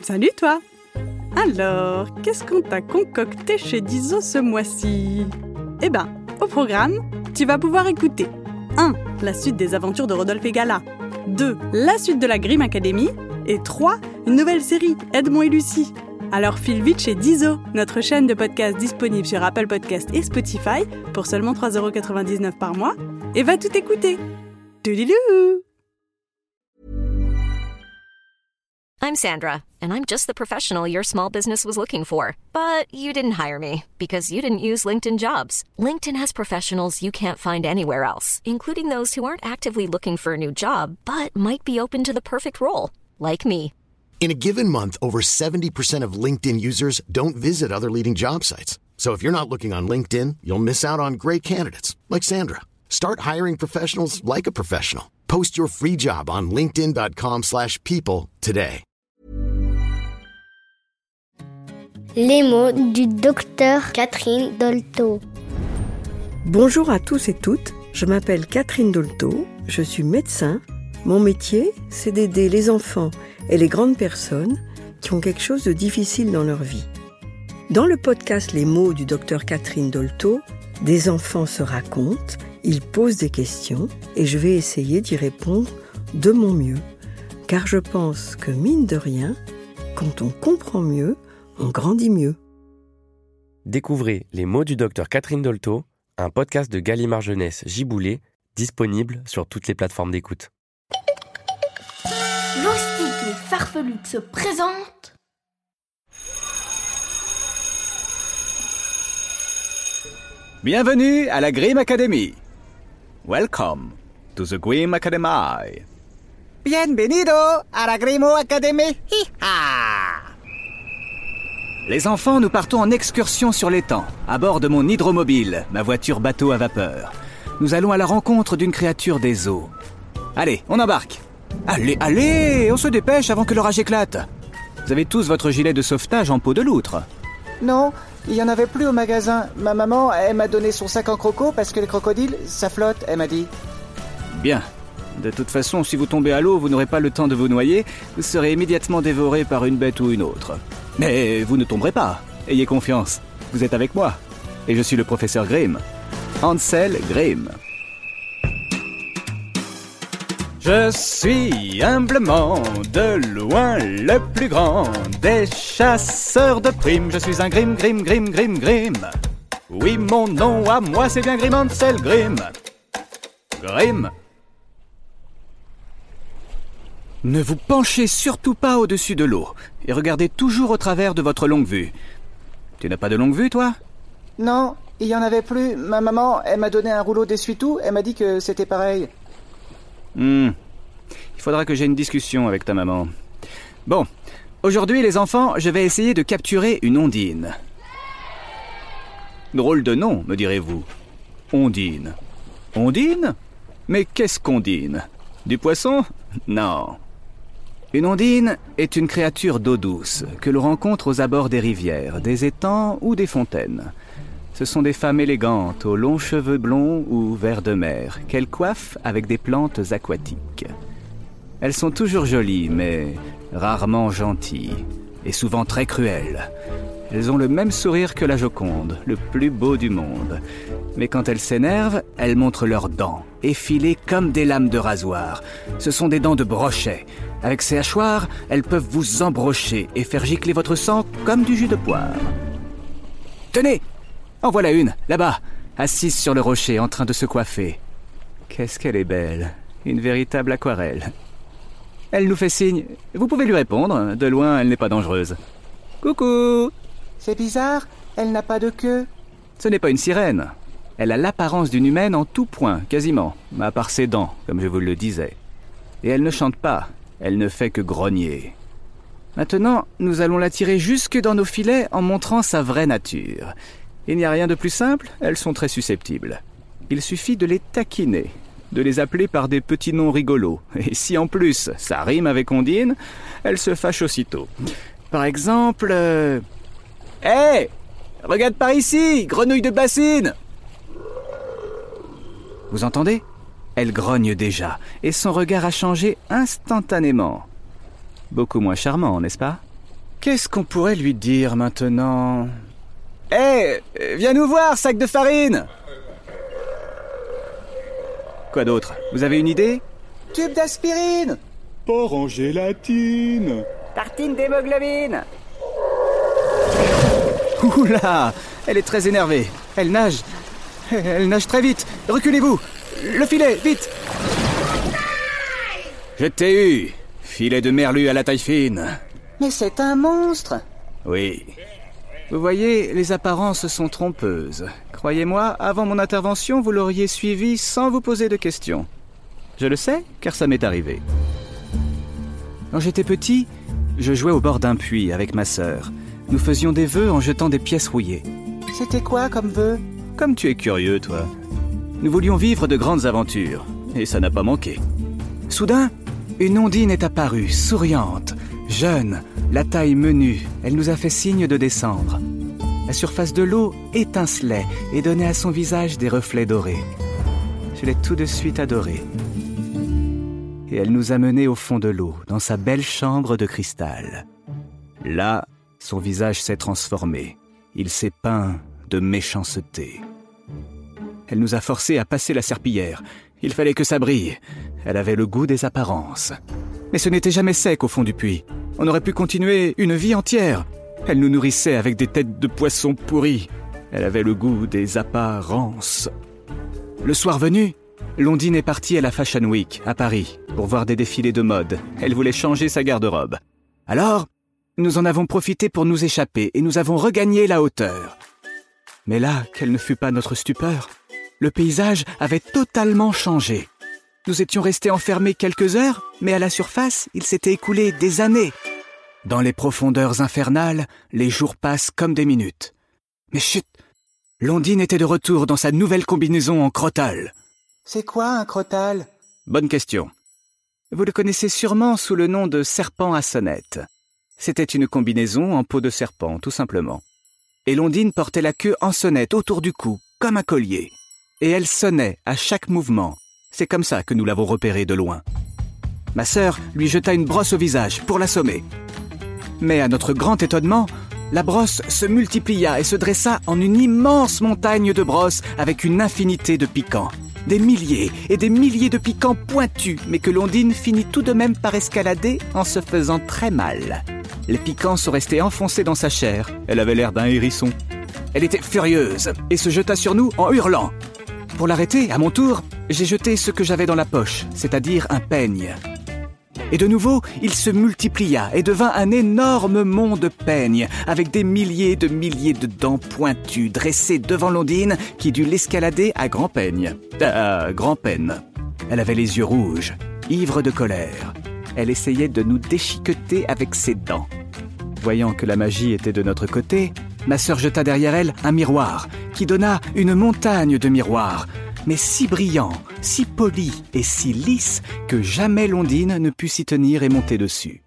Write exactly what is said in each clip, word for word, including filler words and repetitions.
Salut toi! Alors, qu'est-ce qu'on t'a concocté chez Diso ce mois-ci? Eh ben, au programme, tu vas pouvoir écouter un. La suite des aventures de Rodolphe et Gala. deux. La suite de la Grimm Academy. Et trois. Une nouvelle série, Edmond et Lucie. Alors file vite chez Diso, notre chaîne de podcast disponible sur Apple Podcasts et Spotify pour seulement trois euros quatre-vingt-dix-neuf par mois, et va tout écouter. Toudilou! I'm Sandra, and I'm just the professional your small business was looking for. But you didn't hire me because you didn't use LinkedIn Jobs. LinkedIn has professionals you can't find anywhere else, including those who aren't actively looking for a new job, but might be open to the perfect role, like me. In a given month, over seventy percent of LinkedIn users don't visit other leading job sites. So if you're not looking on LinkedIn, you'll miss out on great candidates like Sandra. Start hiring professionals like a professional. Post your free job on linkedin.com slash people today. Les mots du docteur Catherine Dolto. Bonjour à tous et toutes, je m'appelle Catherine Dolto, je suis médecin. Mon métier, c'est d'aider les enfants et les grandes personnes qui ont quelque chose de difficile dans leur vie. Dans le podcast Les mots du docteur Catherine Dolto, des enfants se racontent, ils posent des questions et je vais essayer d'y répondre de mon mieux. Car je pense que mine de rien, quand on comprend mieux, on grandit mieux. Découvrez Les mots du docteur Catherine Dolto, un podcast de Gallimard Jeunesse Giboulé, disponible sur toutes les plateformes d'écoute. Loustique et Farfelude se présentent. Bienvenue à la Grimm Academy. Welcome to the Grimm Academy. Bienvenido a la Grimm Academy. Hi-ha! Les enfants, nous partons en excursion sur l'étang, à bord de mon hydromobile, ma voiture bateau à vapeur. Nous allons à la rencontre d'une créature des eaux. Allez, on embarque. Allez, allez, on se dépêche avant que l'orage éclate. Vous avez tous votre gilet de sauvetage en peau de loutre? Non, il n'y en avait plus au magasin. Ma maman, elle m'a donné son sac en croco parce que les crocodiles, ça flotte, elle m'a dit. Bien. De toute façon, si vous tombez à l'eau, vous n'aurez pas le temps de vous noyer. Vous serez immédiatement dévoré par une bête ou une autre. Mais vous ne tomberez pas. Ayez confiance. Vous êtes avec moi. Et je suis le professeur Grimm. Hansel Grimm. Je suis humblement de loin le plus grand des chasseurs de primes. Je suis un Grimm, Grimm, Grimm, Grimm, Grimm. Oui, mon nom à moi, c'est bien Grimm Hansel Grimm. Grimm. Ne vous penchez surtout pas au-dessus de l'eau et regardez toujours au travers de votre longue vue. Tu n'as pas de longue vue, toi? Non, il n'y en avait plus. Ma maman, elle m'a donné un rouleau d'essuie-tout. Elle m'a dit que c'était pareil. Hmm. Il faudra que j'ai une discussion avec ta maman. Bon, aujourd'hui, les enfants, je vais essayer de capturer une ondine. Drôle de nom, me direz-vous. Ondine. Ondine? Mais qu'est-ce qu'ondine? Du poisson? Non. Une ondine est une créature d'eau douce que l'on rencontre aux abords des rivières, des étangs ou des fontaines. Ce sont des femmes élégantes aux longs cheveux blonds ou vert de mer qu'elles coiffent avec des plantes aquatiques. Elles sont toujours jolies, mais rarement gentilles et souvent très cruelles. Elles ont le même sourire que la Joconde, le plus beau du monde. Mais quand elles s'énervent, elles montrent leurs dents, effilées comme des lames de rasoir. Ce sont des dents de brochet. Avec ces hachoirs, elles peuvent vous embrocher et faire gicler votre sang comme du jus de poire. Tenez! En voilà une, là-bas, assise sur le rocher, en train de se coiffer. Qu'est-ce qu'elle est belle, une véritable aquarelle. Elle nous fait signe. Vous pouvez lui répondre, de loin, elle n'est pas dangereuse. Coucou! C'est bizarre, elle n'a pas de queue. Ce n'est pas une sirène. Elle a l'apparence d'une humaine en tout point, quasiment, à part ses dents, comme je vous le disais. Et elle ne chante pas, elle ne fait que grogner. Maintenant, nous allons la tirer jusque dans nos filets en montrant sa vraie nature. Il n'y a rien de plus simple, elles sont très susceptibles. Il suffit de les taquiner, de les appeler par des petits noms rigolos. Et si en plus, ça rime avec ondine, elles se fâchent aussitôt. Par exemple... Euh... Hé hey, regarde par ici, grenouille de bassine! Vous entendez? Elle grogne déjà, et son regard a changé instantanément. Beaucoup moins charmant, n'est-ce pas? Qu'est-ce qu'on pourrait lui dire maintenant? Hé, hey, viens nous voir, sac de farine! Quoi d'autre? Vous avez une idée? Tube d'aspirine! Porc en gélatine! Tartine d'hémoglobine! Oula! Elle est très énervée. Elle nage. Elle nage très vite. Reculez-vous! Le filet, vite! Je t'ai eu! Filet de merlu à la taille fine. Mais c'est un monstre! Oui. Vous voyez, les apparences sont trompeuses. Croyez-moi, avant mon intervention, vous l'auriez suivi sans vous poser de questions. Je le sais, car ça m'est arrivé. Quand j'étais petit, je jouais au bord d'un puits avec ma sœur. Nous faisions des vœux en jetant des pièces rouillées. C'était quoi comme vœu? Comme tu es curieux, toi. Nous voulions vivre de grandes aventures, et ça n'a pas manqué. Soudain, une ondine est apparue, souriante, jeune, la taille menue. Elle nous a fait signe de descendre. La surface de l'eau étincelait et donnait à son visage des reflets dorés. Je l'ai tout de suite adorée. Et elle nous a menés au fond de l'eau, dans sa belle chambre de cristal. Là, son visage s'est transformé. Il s'est peint de méchanceté. Elle nous a forcés à passer la serpillière. Il fallait que ça brille. Elle avait le goût des apparences. Mais ce n'était jamais sec au fond du puits. On aurait pu continuer une vie entière. Elle nous nourrissait avec des têtes de poissons pourries. Elle avait le goût des apparences. Le soir venu, l'ondine est partie à la Fashion Week, à Paris, pour voir des défilés de mode. Elle voulait changer sa garde-robe. Alors, nous en avons profité pour nous échapper et nous avons regagné la hauteur. Mais là, quelle ne fut pas notre stupeur. Le paysage avait totalement changé. Nous étions restés enfermés quelques heures, mais à la surface, il s'était écoulé des années. Dans les profondeurs infernales, les jours passent comme des minutes. Mais chut! L'ondine était de retour dans sa nouvelle combinaison en crotale. C'est quoi un crotale? Bonne question. Vous le connaissez sûrement sous le nom de serpent à sonnette. C'était une combinaison en peau de serpent, tout simplement. Et l'ondine portait la queue en sonnette autour du cou, comme un collier. Et elle sonnait à chaque mouvement. C'est comme ça que nous l'avons repérée de loin. Ma sœur lui jeta une brosse au visage pour l'assommer. Mais à notre grand étonnement, la brosse se multiplia et se dressa en une immense montagne de brosses avec une infinité de piquants. Des milliers et des milliers de piquants pointus, mais que l'ondine finit tout de même par escalader en se faisant très mal. Les piquants sont restés enfoncés dans sa chair. Elle avait l'air d'un hérisson. Elle était furieuse et se jeta sur nous en hurlant. Pour l'arrêter, à mon tour, j'ai jeté ce que j'avais dans la poche, c'est-à-dire un peigne. Et de nouveau, il se multiplia et devint un énorme mont de peignes, avec des milliers de milliers de dents pointues dressées devant l'ondine qui dut l'escalader à grand peigne. À grand peine. Elle avait les yeux rouges, ivre de colère. Elle essayait de nous déchiqueter avec ses dents. Voyant que la magie était de notre côté, ma sœur jeta derrière elle un miroir qui donna une montagne de miroirs, mais si brillant, si poli et si lisse que jamais l'ondine ne put s'y tenir et monter dessus.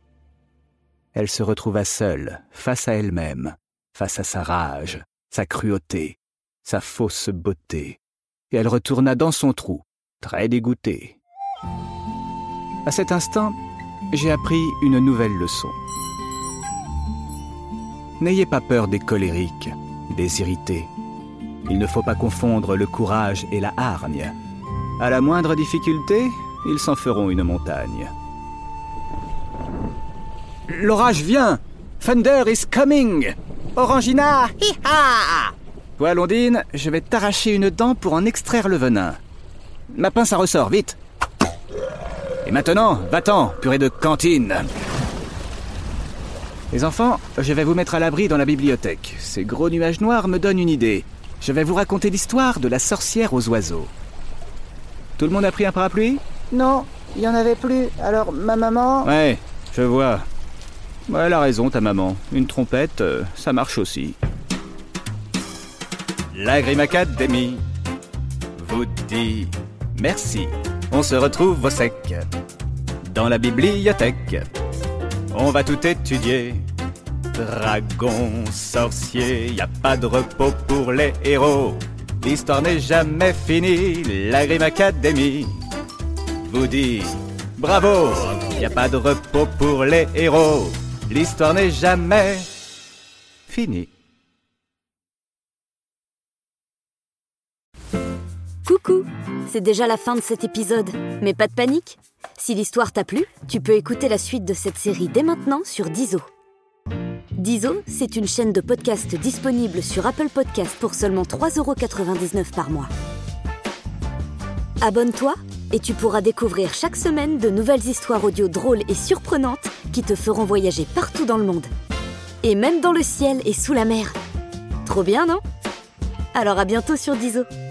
Elle se retrouva seule, face à elle-même, face à sa rage, sa cruauté, sa fausse beauté, et elle retourna dans son trou, très dégoûtée. À cet instant, j'ai appris une nouvelle leçon. N'ayez pas peur des colériques, des irrités. Il ne faut pas confondre le courage et la hargne. À la moindre difficulté, ils s'en feront une montagne. L'orage vient! Thunder is coming! Orangina! Hi-ha! Toi, Londine, je vais t'arracher une dent pour en extraire le venin. Ma pince, ça ressort, vite! Et maintenant, va-t'en, purée de cantine! Les enfants, je vais vous mettre à l'abri dans la bibliothèque. Ces gros nuages noirs me donnent une idée. Je vais vous raconter l'histoire de la sorcière aux oiseaux. Tout le monde a pris un parapluie? Non, il n'y en avait plus. Alors, ma maman... Ouais, je vois. Ouais, elle a raison, ta maman. Une trompette, euh, ça marche aussi. La Grim Academy vous dit merci. On se retrouve au sec, dans la bibliothèque. On va tout étudier. Dragon, sorcier, y a pas de repos pour les héros. L'histoire n'est jamais finie, la Grim Academy vous dit bravo, y a pas de repos pour les héros. l'histoire n'est jamais finie. Coucou, c'est déjà la fin de cet épisode, mais pas de panique. Si l'histoire t'a plu, tu peux écouter la suite de cette série dès maintenant sur Diso. Diso, c'est une chaîne de podcast disponible sur Apple Podcasts pour seulement trois euros quatre-vingt-dix-neuf par mois. Abonne-toi et tu pourras découvrir chaque semaine de nouvelles histoires audio drôles et surprenantes qui te feront voyager partout dans le monde. Et même dans le ciel et sous la mer. Trop bien, non ? Alors à bientôt sur Diso.